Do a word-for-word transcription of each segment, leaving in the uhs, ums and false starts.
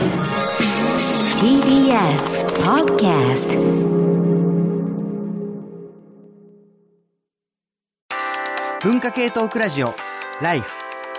ティービーエス Podcast。 文化系トークラジオライフ。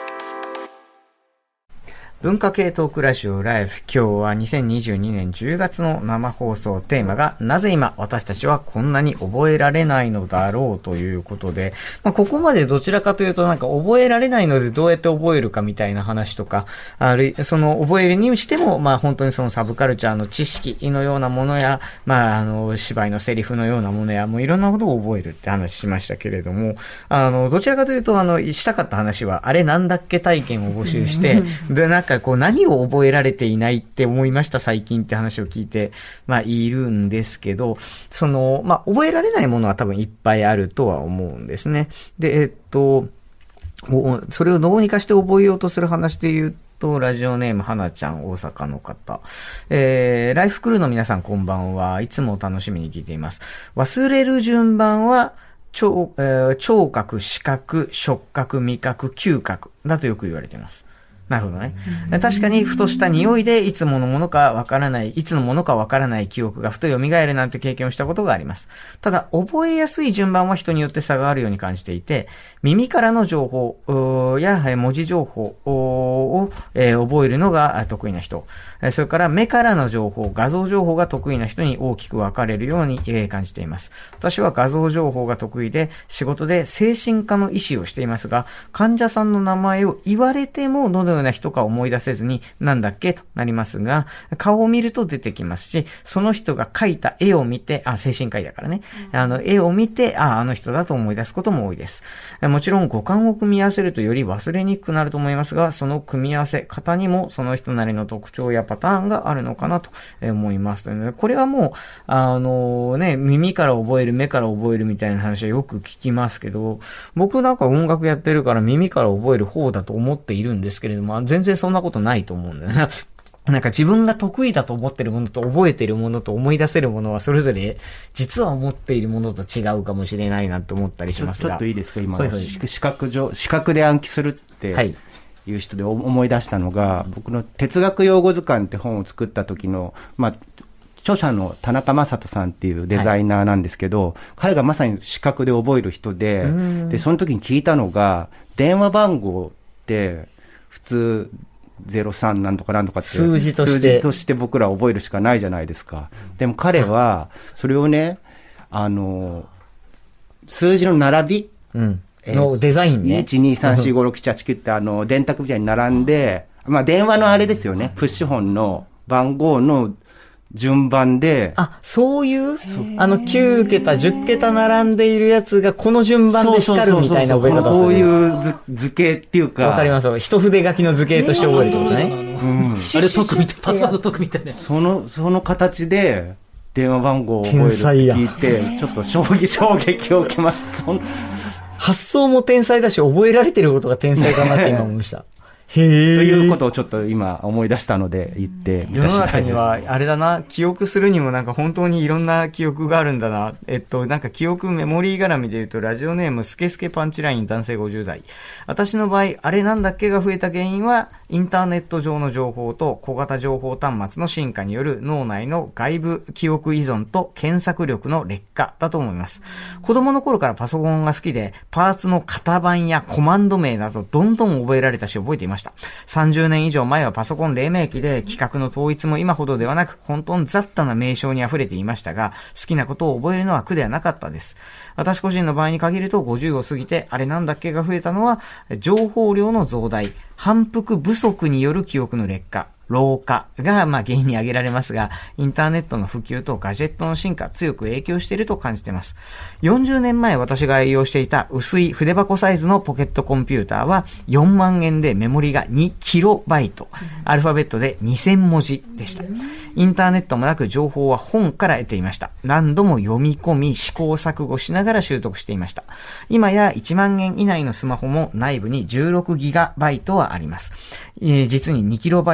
文化系トークラジオライフ。今日はにせんにじゅうにねんじゅうがつの生放送。テーマがなぜ今私たちはこんなに覚えられないのだろうということで、まあ、ここまでどちらかというとなんか覚えられないのでどうやって覚えるかみたいな話とか、あるその覚えるにしてもまあ本当にそのサブカルチャーの知識のようなものや、まああの芝居のセリフのようなものや、もういろんなことを覚えるって話しましたけれども、あのどちらかというとあのしたかった話はあれなんだっけ体験を募集してでなんかこう何を覚えられていないって思いました最近って話を聞いてまあいるんですけど、そのまあ覚えられないものは多分いっぱいあるとは思うんですね。でえっとそれをどうにかして覚えようとする話で言うと、ラジオネームはなちゃん、大阪の方、えー、ライフクルーの皆さんこんばんは。いつも楽しみに聞いています。忘れる順番は聴、えー、聴覚、視覚、触覚、味覚、嗅覚だとよく言われています。なるほどね。確かにふとした匂いでいつものものかわからない、いつのものかわからない記憶がふと蘇るなんて経験をしたことがあります。ただ、覚えやすい順番は人によって差があるように感じていて、耳からの情報や文字情報を覚えるのが得意な人、それから目からの情報、画像情報が得意な人に大きく分かれるように感じています。私は画像情報が得意で、仕事で精神科の医師をしていますが、患者さんの名前を言われてもどのような人か思い出せずになんだっけとなりますが、顔を見ると出てきますし、その人が描いた絵を見て、あ、精神科医だからね、うん、あの絵を見て、あ、あの人だと思い出すことも多いです。もちろん五感を組み合わせるとより忘れにくくなると思いますが、その組み合わせ方にもその人なりの特徴やパターンがあるのかなと思いますというので、これはもうあのね、耳から覚える、目から覚えるみたいな話はよく聞きますけど、僕なんか音楽やってるから耳から覚える方だと思っているんですけれども、全然そんなことないと思うんだよね。なんか自分が得意だと思ってるものと覚えてるものと思い出せるものはそれぞれ実は思っているものと違うかもしれないなと思ったりしますが。 ちょっといいですか今、はいはい、視覚上、視覚で暗記するっていう人で思い出したのが、はい、僕の哲学用語図鑑って本を作った時の、まあ、著者の田中正人さんっていうデザイナーなんですけど、はい、彼がまさに視覚で覚える人で、で、その時に聞いたのが、電話番号って普通、ゼロさんなんとかなんとかって数字として数字として僕ら覚えるしかないじゃないですか。でも彼はそれをね、あの数字の並び、 うん、のデザインね、 いちにさんしごろくななはちきゅうってあの電卓みたいに並んで、まあ電話のあれですよね、プッシュホンの番号の順番で、 あ、そういうあのきゅうけたじゅっけた並んでいるやつがこの順番で光るみたいな覚え方をする。 こういう図、図形っていうか、 わかります。一筆書きの図形として覚えるってことね。 うん、あれ解くみたい、パスワード解くみたいな。 そのその形で電話番号を覚えるって聞いて、ちょっと衝撃衝撃を受けます。そん発想も天才だし覚えられてることが天才かなって今思いました。 へー。ということをちょっと今思い出したので言ってみた次第です。 世の中にはあれだな、記憶するにもなんか本当にいろんな記憶があるんだな。えっとなんか記憶メモリー絡みで言うと、ラジオネームスケスケパンチライン男性ごじゅう代。私の場合あれなんだっけが増えた原因はインターネット上の情報と小型情報端末の進化による脳内の外部記憶依存と検索力の劣化だと思います。子供の頃からパソコンが好きで、パーツの型番やコマンド名などどんどん覚えられたし覚えていました。さんじゅうねん以上前はパソコン黎明期で、規格の統一も今ほどではなく、本当に雑多な名称に溢れていましたが、好きなことを覚えるのは苦ではなかったです。私個人の場合に限るとごじゅうを過ぎてあれなんだっけが増えたのは、情報量の増大、反復不足による記憶の劣化、老化がまあ原因に挙げられますが、インターネットの普及とガジェットの進化強く影響していると感じています。よんじゅうねんまえ私が愛用していた薄い筆箱サイズのポケットコンピューターはよんまんえんでメモリがにキロバイト、アルファベットでにせんもじでした。インターネットもなく情報は本から得ていました。何度も読み込み試行錯誤しながら習得していました。今やいちまんえん以内のスマホも内部にじゅうろくギガバイトはあります。えー、実ににキロバイトのは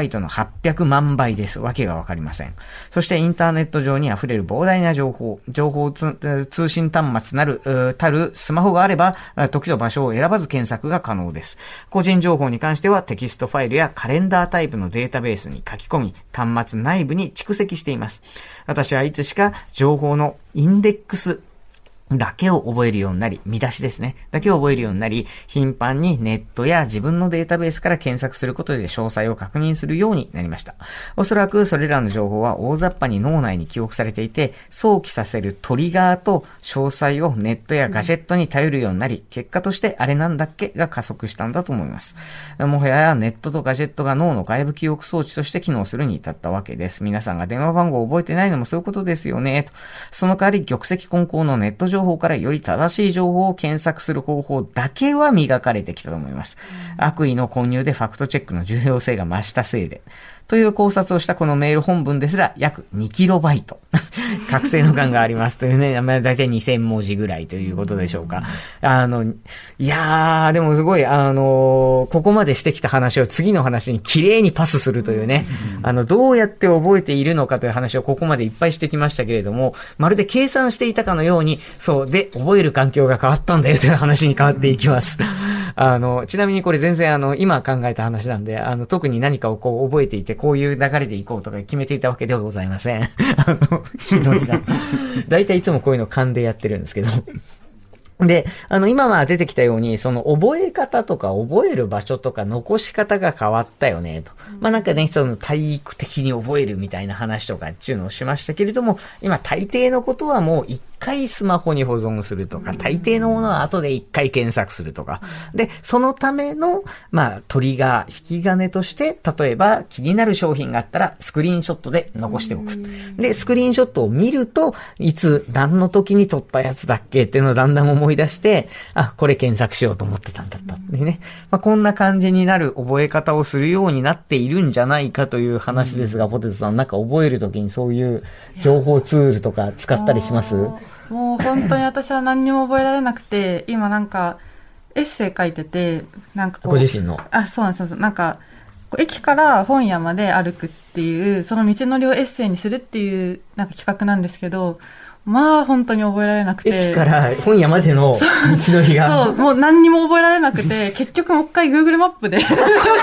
っぴゃくまんばいです。わけがわかりません。そしてインターネット上に溢れる膨大な情報、情報通信端末なる、たるスマホがあれば、時と場所を選ばず検索が可能です。個人情報に関してはテキストファイルやカレンダータイプのデータベースに書き込み、端末内部に蓄積しています。私はいつしか情報のインデックスだけを覚えるようになり、見出しですね。だけを覚えるようになり、頻繁にネットや自分のデータベースから検索することで詳細を確認するようになりました。おそらくそれらの情報は大雑把に脳内に記憶されていて、想起させるトリガーと詳細をネットやガジェットに頼るようになり、結果としてあれなんだっけが加速したんだと思います。もはやネットとガジェットが脳の外部記憶装置として機能するに至ったわけです。皆さんが電話番号を覚えてないのもそういうことですよね。とその代わり玉石混交のネット情報からより正しい情報を検索する方法だけは磨かれてきたと思います。悪意の混入でファクトチェックの重要性が増したせいで。という考察をしたこのメール本文ですら約にキロバイト。覚醒の感がありますというね、まあ、だいたいにせんもじぐらいということでしょうか。あの、いやー、でもすごい、あのー、ここまでしてきた話を次の話に綺麗にパスするというね、あの、どうやって覚えているのかという話をここまでいっぱいしてきましたけれども、まるで計算していたかのように、そう、で、覚える環境が変わったんだよという話に変わっていきます。あの、ちなみにこれ全然あの、今考えた話なんで、あの、特に何かをこう覚えていて、こういう流れでいこうとか決めていたわけではございません。あの、ひどいな。だいたいいつもこういうの勘でやってるんですけど。で、あの、今は出てきたように、その覚え方とか覚える場所とか残し方が変わったよね、と。まあ、なんかね、その体育的に覚えるみたいな話とかっていうのをしましたけれども、今大抵のことはもう一回スマホに保存するとか、大抵のものは後で一回検索するとか。で、そのための、まあ、トリガー、引き金として、例えば気になる商品があったらスクリーンショットで残しておく。で、スクリーンショットを見ると、いつ、何の時に撮ったやつだっけっていうのをだんだん思い出して、あ、これ検索しようと思ってたんだったってね。まあ、こんな感じになる覚え方をするようになっているんじゃないかという話ですが、ポテトさん、なんか覚えるときにそういう情報ツールとか使ったりします？ もう本当に私は何にも覚えられなくて、今なんかエッセイ書いてて、なんかこうご自身の。 あ、そうなんですよ。なんか駅から本屋まで歩くっていう、その道のりをエッセイにするっていうなんか企画なんですけど、まあ本当に覚えられなくて。 駅から本屋までの道のりが。 そう、もう何にも覚えられなくて、結局もう一回 Google マップで。いや、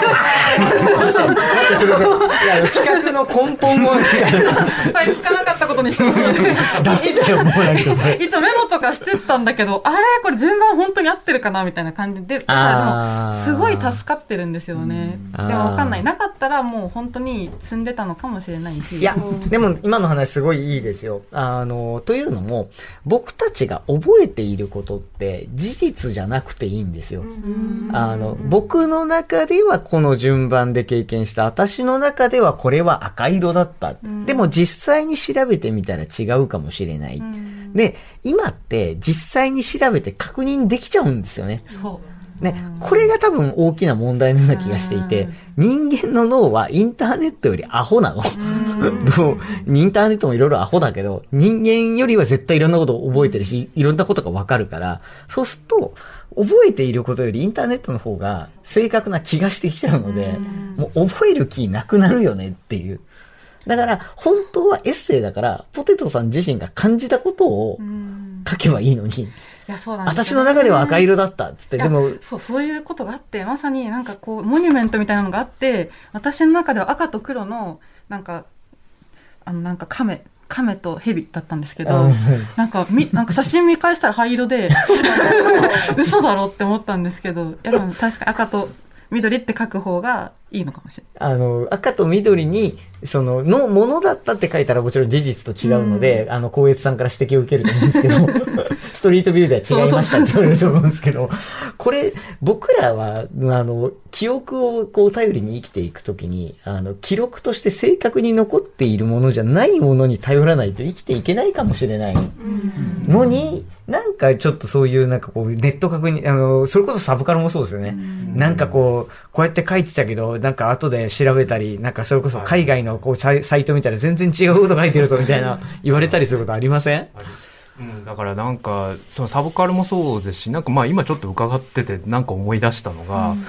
企画の根本をこれ聞かなかったことにしてますよね。 ダメだよ、もうなんかそれ。 一応メモとかしてたんだけど、あれこれ順番本当に合ってるかなみたいな感じで、だからでも、すごい助かってるんですよね。でもわかんない。なかったらもう本当に積んでたのかもしれないし。 いや、でも今の話すごいいいですよ。あの、というのも、僕たちが覚えていることって事実じゃなくていいんですよ。あの、僕の中ではこの順番で経験した。私の中ではこれは赤色だった。でも実際に調べてみたら違うかもしれない。で、今って実際に調べて確認できちゃうんですよね。 そうね、これが多分大きな問題のような気がしていて、人間の脳はインターネットよりアホなの。どうインターネットもいろいろアホだけど、人間よりは絶対いろんなことを覚えてるし、いろんなことがわかるから、そうすると、覚えていることよりインターネットの方が正確な気がしてきちゃうので、もう覚える気なくなるよねっていう。だから、本当はエッセイだから、ポテトさん自身が感じたことを書けばいいのに、 いやそうなんですよね、 私の中では赤色だったっつって、でもそうそういうことがあって、まさになんかこうモニュメントみたいなのがあって、私の中では赤と黒のなんかあのなんか亀亀と蛇だったんですけど、なんかみなんか写真見返したら灰色で嘘だろって思ったんですけど、いやでも確かに赤と緑って書く方がいいのかもしれない。 あの、赤と緑に、その、のものだったって書いたらもちろん事実と違うので、うん、あの、光悦さんから指摘を受けると思うんですけど、ストリートビューでは違いましたって言われると思うんですけど、これ、僕らは、あの、記憶をこう頼りに生きていくときに、あの、記録として正確に残っているものじゃないものに頼らないと生きていけないかもしれないのに、なんかちょっとそういうなんかこうネット確認、あの、それこそサブカルもそうですよね。なんかこう、こうやって書いてたけど、なんか後で調べたり、なんかそれこそ海外のこうサイ、サイト見たら全然違うこと書いてるぞみたいな言われたりすることありません？ うん、だからなんか、そのサブカルもそうですし、なんかまあ今ちょっと伺っててなんか思い出したのが、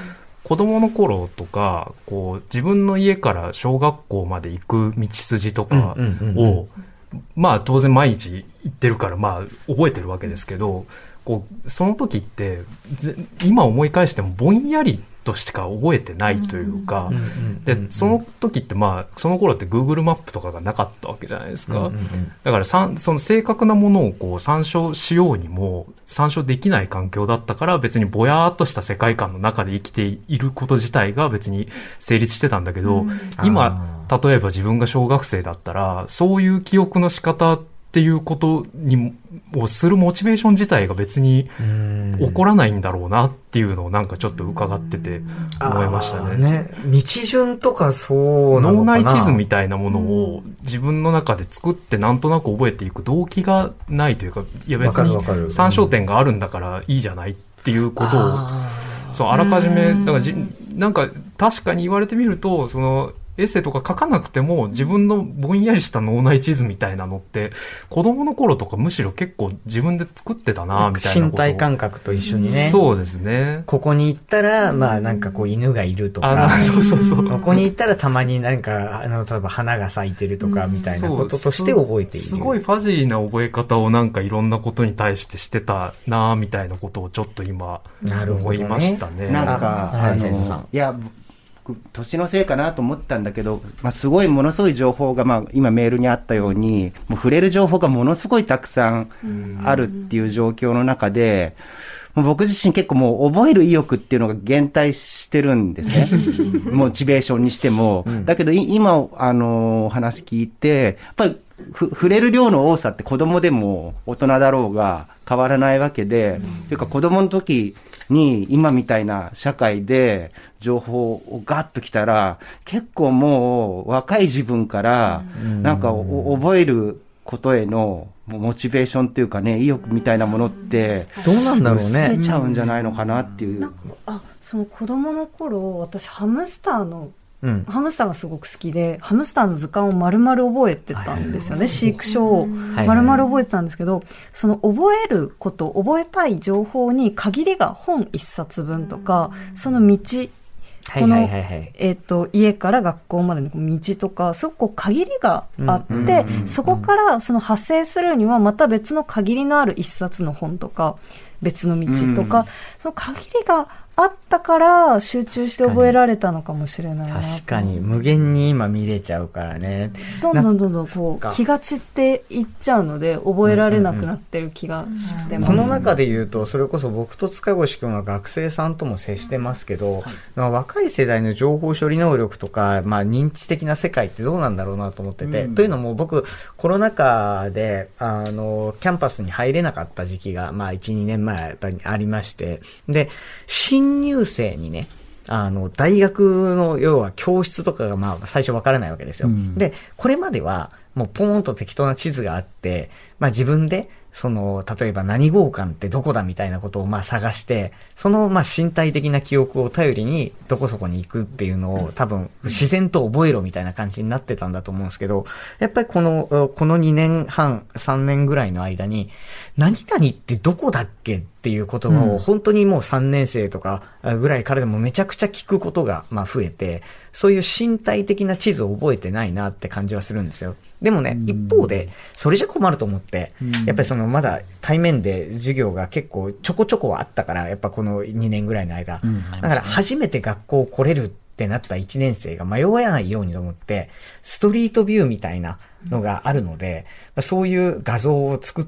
子供の頃とか、こう、自分の家から小学校まで行く道筋とかを、まあ当然毎日行ってるから、まあ覚えてるわけですけど、こう、その時って、今思い返してもぼんやりとしか覚えてないというか、で、その時ってまあ、その頃って Google マップとかがなかったわけじゃないですか。だからさん、その正確なものをこう参照しようにも参照できない環境だったから、別にぼやーっとした世界観の中で生きていること自体が別に成立してたんだけど、今、例えば自分が小学生だったら、そういう記憶の仕方っていうことにをするモチベーション自体が別に起こらないんだろうなっていうのをなんかちょっと伺ってて思いましたね。 ね、道順とかそうなのかな。 脳内地図みたいなものを自分の中で作ってなんとなく覚えていく動機がないというか、いや別に参照点があるんだからいいじゃないっていうことを、そうあらかじめだからじなんか確かに言われてみるとそのエッセイとか書かなくても自分のぼんやりした脳内地図みたいなのって子供の頃とかむしろ結構自分で作ってたなみたいなこと。 身体感覚と一緒にね。 そうですね。 ここに行ったらまあなんかこう犬がいるとか、 あそうそうそう。 ここに行ったらたまになんかあの例えば花が咲いてるとかみたいなこととして覚えている。 すごいファジーな覚え方をなんかいろんなことに対してしてたなみたいなことをちょっと今思いましたね。 なんかあのいや。年のせいかなと思ったんだけど、まあ、すごいものすごい情報が、まあ、今メールにあったように、もう触れる情報がものすごいたくさんあるっていう状況の中で、もう僕自身結構もう覚える意欲っていうのが減退してるんですね。モチベーションにしても。うん、だけど今、あの、お話聞いて、やっぱり触れる量の多さって子供でも大人だろうが変わらないわけで、うん、というか子供の時に今みたいな社会で情報をガッと来たら結構もう若い自分からなんか覚えることへのモチベーションっていうかね意欲みたいなものってどうなんだろうね薄れちゃうんじゃないのかなっていう。 なんかあその子供の頃私ハムスターのうん、ハムスターがすごく好きでハムスターの図鑑を丸々覚えてたんですよね、はい、飼育書を丸々覚えてたんですけど、はいはい、その覚えること覚えたい情報に限りが本一冊分とかその道この、えっと、家から学校までの道とかすごくこう限りがあって、うんうんうんうん、そこからその派生するにはまた別の限りのある一冊の本とか別の道とか、うん、その限りがあったから集中して覚えられたのかもしれないな。 確かに無限に今見れちゃうからね。 どんどんどんどんこう気が散っていっちゃうので覚えられなくなってる気がしてます、 うんうんうん、この中で言うとそれこそ僕と塚越君は学生さんとも接してますけど、はいまあ、若い世代の情報処理能力とか、まあ、認知的な世界ってどうなんだろうなと思ってて、うん、というのも僕コロナ禍であのキャンパスに入れなかった時期が、まあ、いち、にねんまえやっぱりありましてで新入生にね、あの、大学の要は教室とかがまあ最初わからないわけですよ、うん。で、これまではもうポーンと適当な地図があって、まあ自分でその、例えば何号館ってどこだみたいなことをまあ探して、そのまあ身体的な記憶を頼りにどこそこに行くっていうのを多分自然と覚えろみたいな感じになってたんだと思うんですけど、やっぱりこの、このにねんはん、さんねんぐらいの間に、何々ってどこだっけっていう言葉を本当にもうさんねん生とかぐらいからでもめちゃくちゃ聞くことがまあ増えて、そういう身体的な地図を覚えてないなって感じはするんですよ。でもね、一方で、それじゃ困ると思って、やっぱりそのまだ対面で授業が結構ちょこちょこはあったから、やっぱこのにねんぐらいの間。だから初めて学校来れるってなったいちねん生が迷わないようにと思って、ストリートビューみたいなのがあるので、そういう画像を作って、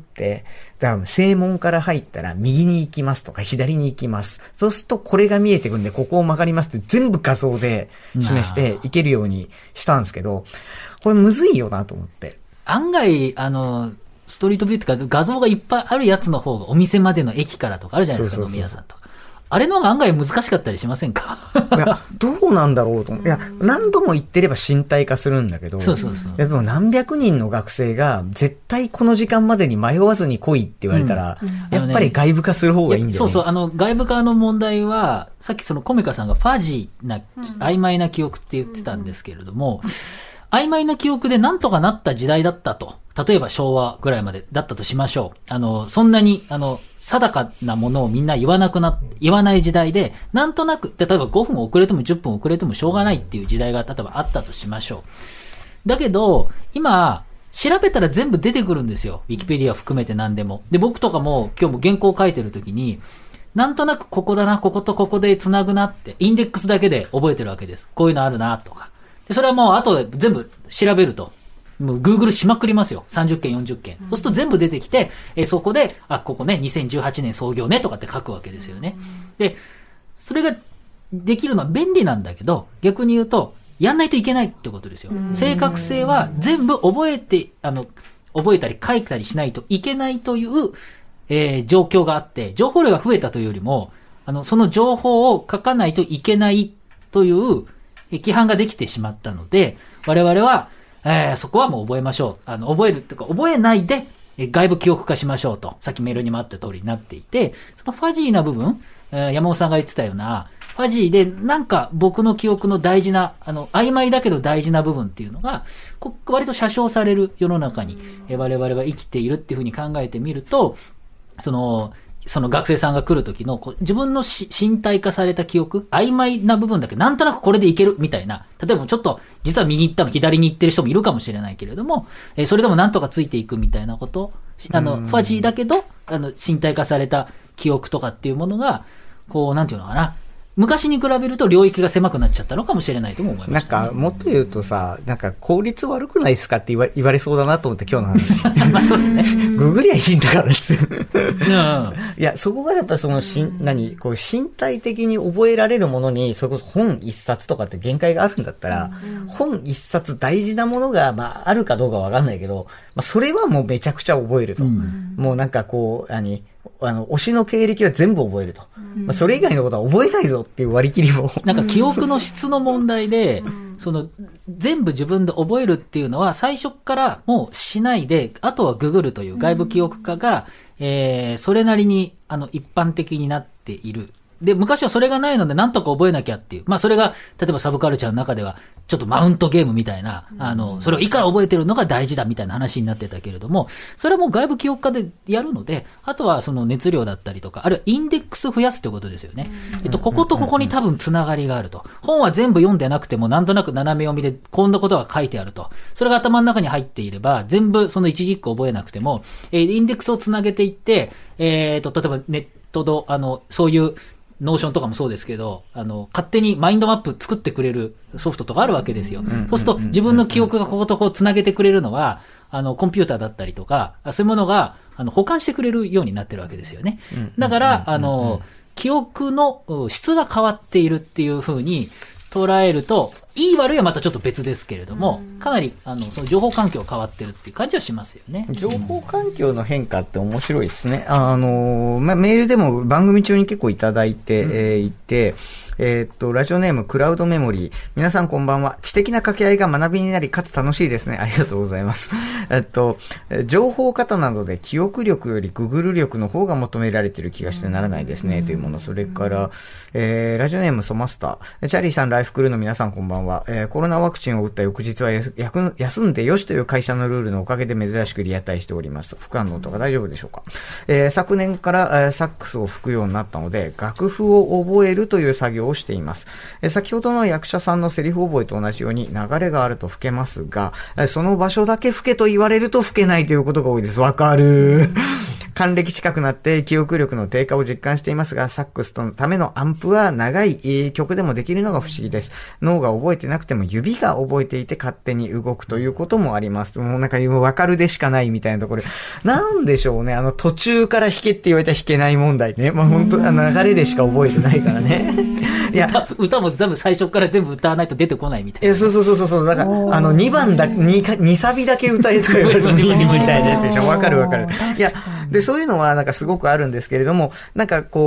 だから正門から入ったら右に行きますとか左に行きます。そうするとこれが見えてくるんで、ここを曲がりますって全部画像で示していけるようにしたんですけど、これむずいよなと思って。 案外、あの、ストリートビューっていうか画像がいっぱいあるやつの方がお店までの駅からとかあるじゃないですか、飲み屋さんとか。あれの方が案外難しかったりしませんかいや、どうなんだろうと思う。いや、何度も言ってれば身体化するんだけど、 そうそうそう。 でも何百人の学生が絶対この時間までに迷わずに来いって言われたら、うんうん、やっぱり外部化する方がいいんだよね。 そうそう、あの、外部化の問題は、さっきそのコメカさんがファジーな、曖昧な記憶って言ってたんですけれども、曖昧な記憶でなんとかなった時代だったと。例えば昭和ぐらいまでだったとしましょう。あの、そんなに、あの、 定かなものをみんな言わなくな、言わない時代で、なんとなく、例えばごふん遅れてもじゅっぷん遅れてもしょうがないっていう時代が例えばあったとしましょう。だけど、今、調べたら全部出てくるんですよ。ウィキペディア含めて何でも。で、僕とかも今日も原稿書いてるときに、なんとなくここだな、こことここで繋ぐなって、インデックスだけで覚えてるわけです。こういうのあるな、とか。で、それはもう後で全部調べると。もう Google しまくりますよ。さんじゅっけん、よんじゅっけん。そうすると全部出てきて、えそこで、あ、ここね、にせんじゅうはちねん創業ね、とかって書くわけですよね。で、それができるのは便利なんだけど、逆に言うと、やんないといけないってことですよ。正確性は全部覚えて、あの、覚えたり書いたりしないといけないという、えー、状況があって、情報量が増えたというよりも、あの、その情報を書かないといけないという、えー、規範ができてしまったので、我々は、えー、そこはもう覚えましょう。あの、覚えるっていうか、覚えないで、えー、外部記憶化しましょうと、さっきメールにもあった通りになっていて、そのファジーな部分、えー、山本さんが言ってたような、ファジーで、なんか僕の記憶の大事な、あの、曖昧だけど大事な部分っていうのが、こ割と写生される世の中に、え我々は生きているっていうふうに考えてみると、その、その学生さんが来る時のこう自分のし身体化された記憶、曖昧な部分だけなんとなくこれでいけるみたいな、例えばちょっと実は右行ったの左に行ってる人もいるかもしれないけれども、えー、それでもなんとかついていくみたいなこと、あの、ファジーだけど、あの、身体化された記憶とかっていうものが、こう、なんていうのかな、昔に比べると領域が狭くなっちゃったのかもしれないとも思いました、ね。 なんか、もっと言うとさ、なんか効率悪くないですかって言わ言われそうだなと思って今日の話。 まあそうですね。 ググりゃいいんだからです。 うん、 いや、そこがやっぱそのしん、何、こう身体的に覚えられるものに、それこそ本一冊とかって限界があるんだったら、うん、本一冊大事なものが、まあ、あるかどうかわかんないけど、まあ、それはもうめちゃくちゃ覚えると。うん、もうなんかこう、何、あの、推しの経歴は全部覚えると。うん、まあ、それ以外のことは覚えないぞっていう割り切りも。 なんか記憶の質の問題で、その、全部自分で覚えるっていうのは最初からもうしないで、あとはググるという外部記憶化が、うん、えー、それなりに、あの、一般的になっている。で、昔はそれがないので何とか覚えなきゃっていう。まあそれが、例えばサブカルチャーの中では、ちょっとマウントゲームみたいな、あの、それをいくら覚えてるのが大事だみたいな話になってたけれども、それはもう外部記憶化でやるので、あとはその熱量だったりとか、あるいはインデックス増やすってことですよね。えっと、こことここに多分つながりがあると。本は全部読んでなくても、なんとなく斜め読みでこんなことが書いてあると。それが頭の中に入っていれば、全部その一軸覚えなくても、えー、インデックスをつなげていって、えーと、例えばネットの、あの、そういう、ノーションとかもそうですけど、あの、勝手にマインドマップ作ってくれるソフトとかあるわけですよ。そうすると自分の記憶がこことこう繋げてくれるのは、あの、コンピューターだったりとか、そういうものが、あの、保管してくれるようになってるわけですよね。だから、あの、記憶の質が変わっているっていう風に捉えると、いい悪いはまたちょっと別ですけれども、かなり、あの、その情報環境変わってるっていう感じはしますよね。 情報環境の変化って面白いですね。あの、まあ、メールでも番組中に結構いただいて、うん、えー、いて、えー、っと、ラジオネームクラウドメモリー。皆さんこんばんは。知的な掛け合いが学びになり、かつ楽しいですね。ありがとうございます。えっと、情報型などで記憶力よりググル力の方が求められている気がしてならないですね。というもの。それから、えー、ラジオネームソマスター。チャーリーさん、ライフクルーの皆さんこんばんは。えー、コロナワクチンを打った翌日はやす休んでよしという会社のルールのおかげで珍しくリアタイしております。副反応とか大丈夫でしょうか。えー、昨年から、えー、サックスを吹くようになったので、楽譜を覚えるという作業をしています。え先ほどの役者さんのセリフ覚えと同じように流れがあると吹けますが、その場所だけ吹けと言われると吹けないということが多いです。わかる。還暦近くなって記憶力の低下を実感していますが、サックスのためのアンプは長い曲でもできるのが不思議です。脳が覚えてなくても指が覚えていて勝手に動くということもあります。もうなんかわかるでしかないみたいなところ。なんでしょうね。あの途中から弾けって言われたら弾けない問題ね。まあ本当あの流れでしか覚えてないからね。 いや歌、歌も全部最初から全部歌わないと出てこないみたいな。 いや、そうそうそうそう。だから、あのにばんだ、に、にサビだけ歌えとか言われると無理みたいなやつでしょ。わかるわかる。いや、で、そういうのはなんかすごくあるんですけれども、なんかこ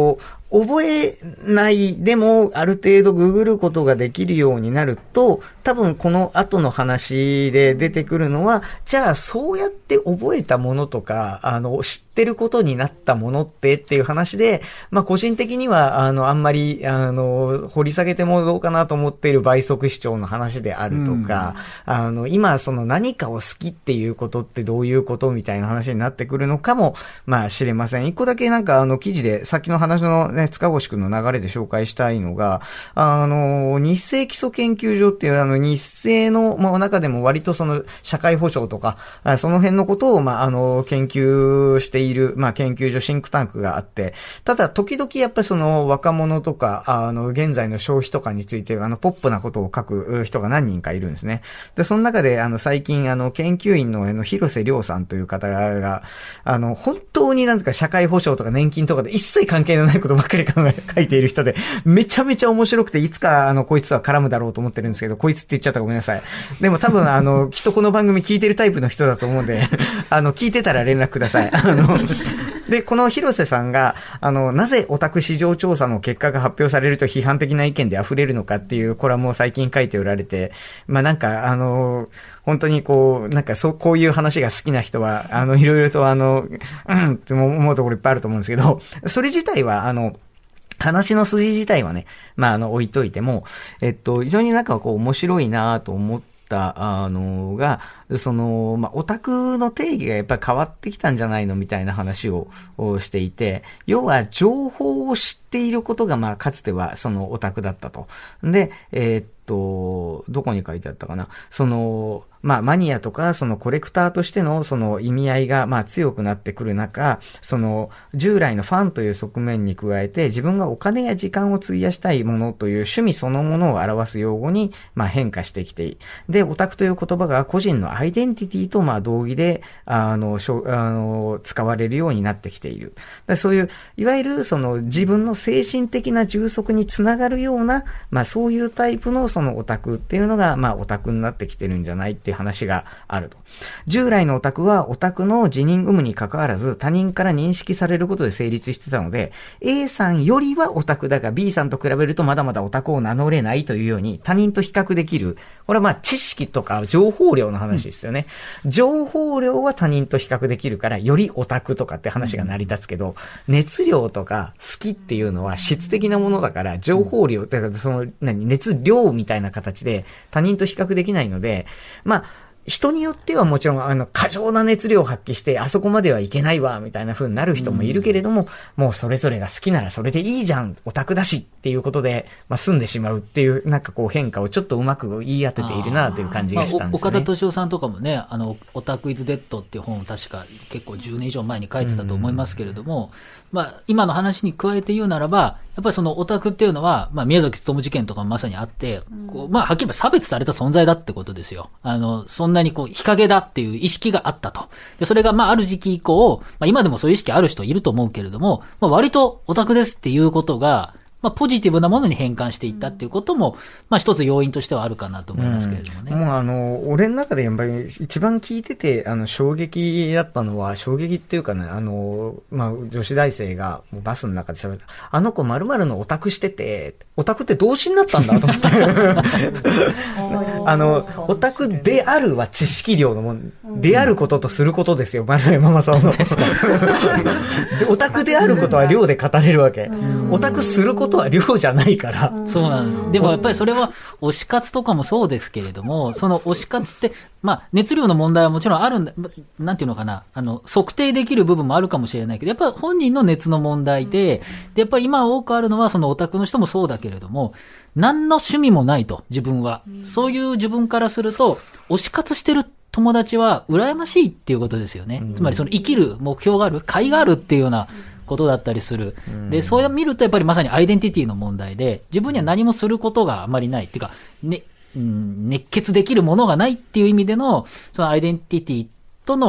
覚えないでもある程度ググることができるようになると、多分この後の話で出てくるのは、じゃあそうやって覚えたものとか、あの、知ってることになったものってっていう話で、まあ個人的には、あの、あんまり、あの、掘り下げてもどうかなと思っている倍速視聴の話であるとか、うん、あの、今その何かを好きっていうことってどういうことみたいな話になってくるのかも、まあ知れません。一個だけなんかあの記事で、さっきの話のね、塚越くんの流れで紹介したいのが、あの、日清基礎研究所っていうあの、日清の、まあ、中でも割とその、社会保障とか、その辺のことを、まあ、あの、研究している、まあ、研究所、シンクタンクがあって、ただ、時々やっぱりその、若者とか、あの、現在の消費とかについて、あの、ポップなことを書く人が何人かいるんですね。で、その中で、あの、最近、あの、研究員の、あの、広瀬亮さんという方が、あの、本当になんか社会保障とか年金とかで一切関係のないことばっかり考え、書いている人で、めちゃめちゃ面白くて、いつか、あの、こいつとは絡むだろうと思ってるんですけど、こいつって言っちゃったらごめんなさい。でも多分、あの、きっとこの番組聞いてるタイプの人だと思うんで、あの、聞いてたら連絡ください。あの、で、この広瀬さんが、あの、なぜオタク市場調査の結果が発表されると批判的な意見で溢れるのかっていうコラムを最近書いておられて、まあなんか、あの、本当にこう、なんかそう、こういう話が好きな人は、あの、いろいろとあの、うんって思うところいっぱいあると思うんですけど、それ自体は、あの、話の筋自体はね、まあ、あの、置いといても、えっと、非常になんかこう、面白いなと思って、あのが、その、まあ、オタクの定義がやっぱり変わってきたんじゃないのみたいな話をしていて、要は情報を知っていることが、まあ、かつてはそのオタクだったと。で、えー、っと、どこに書いてあったかな。その、まあ、マニアとか、そのコレクターとしてのその意味合いが、まあ、強くなってくる中、その、従来のファンという側面に加えて、自分がお金や時間を費やしたいものという趣味そのものを表す用語に、まあ、変化してきている。で、オタクという言葉が個人のアイデンティティと、まあ、同義で、あの、しょあの、使われるようになってきている。でそういう、いわゆる、その、自分の精神的な充足につながるような、まあ、そういうタイプの、そのオタクっていうのが、まあ、オタクになってきてるんじゃないっていう話があると。従来のオタクはオタクの自認有無に関わらず他人から認識されることで成立してたので A さんよりはオタクだが B さんと比べるとまだまだオタクを名乗れないというように他人と比較できる。これはまあ知識とか情報量の話ですよね。うん、情報量は他人と比較できるからよりオタクとかって話が成り立つけど、熱量とか好きっていうのは質的なものだから情報量、だからその何熱量みたいな形で他人と比較できないので、まあ人によってはもちろん、あの、過剰な熱量を発揮して、あそこまではいけないわ、みたいな風になる人もいるけれども、うん、もうそれぞれが好きならそれでいいじゃん、オタクだしっていうことで、まあ、済んでしまうっていう、なんかこう変化をちょっとうまく言い当てているなという感じがしたんですね。 まあ、岡田敏夫さんとかもね、あの、オタクイズデッドっていう本を確か結構じゅうねん以上前に書いてたと思いますけれども、うんまあ、今の話に加えて言うならば、やっぱりそのオタクっていうのは、まあ、宮崎勉事件とかもまさにあって、こうまあ、はっきり言えば差別された存在だってことですよ。あの、そんなにこう、日陰だっていう意識があったと。で、それがまあ、ある時期以降、まあ、今でもそういう意識ある人いると思うけれども、まあ、割とオタクですっていうことが、まあ、ポジティブなものに変換していったっていうことも、まあ、一つ要因としてはあるかなと思いますけれどもね。 うん、もうあの、俺の中でやっぱり一番聞いてて、あの、衝撃だったのは、衝撃っていうかね、あの、まあ、女子大生がバスの中で喋った。あの子〇〇のオタクしてて、オタクって動詞になったんだと思って。あの、オタクであるは知識量のもん、であることとすることですよ、丸山ママさんの。で、オタクであることは量で語れるわけ。オタクすることは量じゃないから。 そうなんです。でもやっぱりそれは推し活とかもそうですけれども、その推し活って、まあ熱量の問題はもちろんあるんだ、なんていうのかな、あの、測定できる部分もあるかもしれないけど、やっぱり本人の熱の問題で、で、やっぱり今多くあるのはそのオタクの人もそうだけれども、何の趣味もないと、自分は。そういう自分からすると、推し活してる友達は羨ましいっていうことですよね。つまりその生きる目標がある、甲斐があるっていうような、ことだったりする。で、そういうのを見るとやっぱりまさにアイデンティティの問題で、自分には何もすることがあまりない。っていうか、ね、うん、熱血できるものがないっていう意味での、そのアイデンティティとの、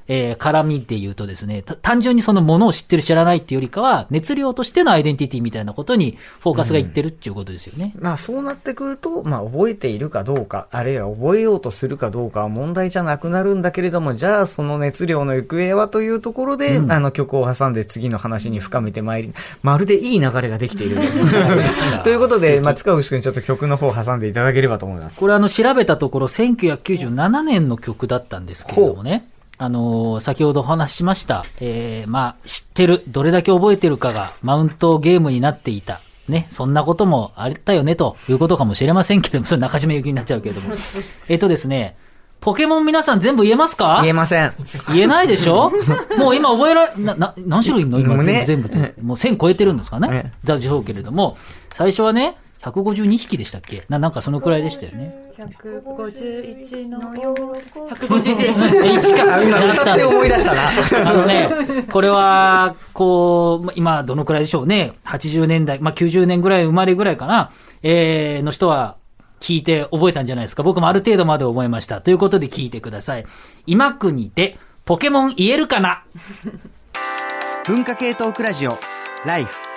えー、絡みで言うとですね、単純にそのものを知ってる知らないっていうよりかは、熱量としてのアイデンティティみたいなことにフォーカスがいってるっていうことですよね。 うん、まあそうなってくると、まあ覚えているかどうか、あるいは覚えようとするかどうかは問題じゃなくなるんだけれども、じゃあその熱量の行方はというところで、うん、あの曲を挟んで次の話に深めてまいり、まるでいい流れができている。ということで、まあ塚越くんちょっと曲の方を挟んでいただければと思います。 これあの調べたところせんきゅうひゃくきゅうじゅうななねんの曲だったんですけれどもね。あのー、先ほどお話ししました。えー、まあ、知ってる、どれだけ覚えてるかがマウントゲームになっていた。ね、そんなこともあったよね、ということかもしれませんけれども、それ中島由紀になっちゃうけれども。えっとですね、ポケモン皆さん全部言えますか？ 言えません。 言えないでしょ？もう今覚えられ、な、な、何種類いんの今全部、全部で。もうせん超えてるんですかね？ねだでしょうけれども、最初はね、ひゃくごじゅうにひきでしたっけな、なんかそのくらいでしたよね。 ひゃくごじゅういちのひゃくごじゅういちです。 いちか。 今歌って思い出したな。 あのね、これは、こう、今どのくらいでしょうね。はちじゅうねんだい、まあ、きゅうじゅうねんぐらい生まれぐらいかな。えー、の人は聞いて覚えたんじゃないですか。僕もある程度まで覚えました。ということで聞いてください。今国でポケモン言えるかな？ 文化系トークラジオ、ライフ。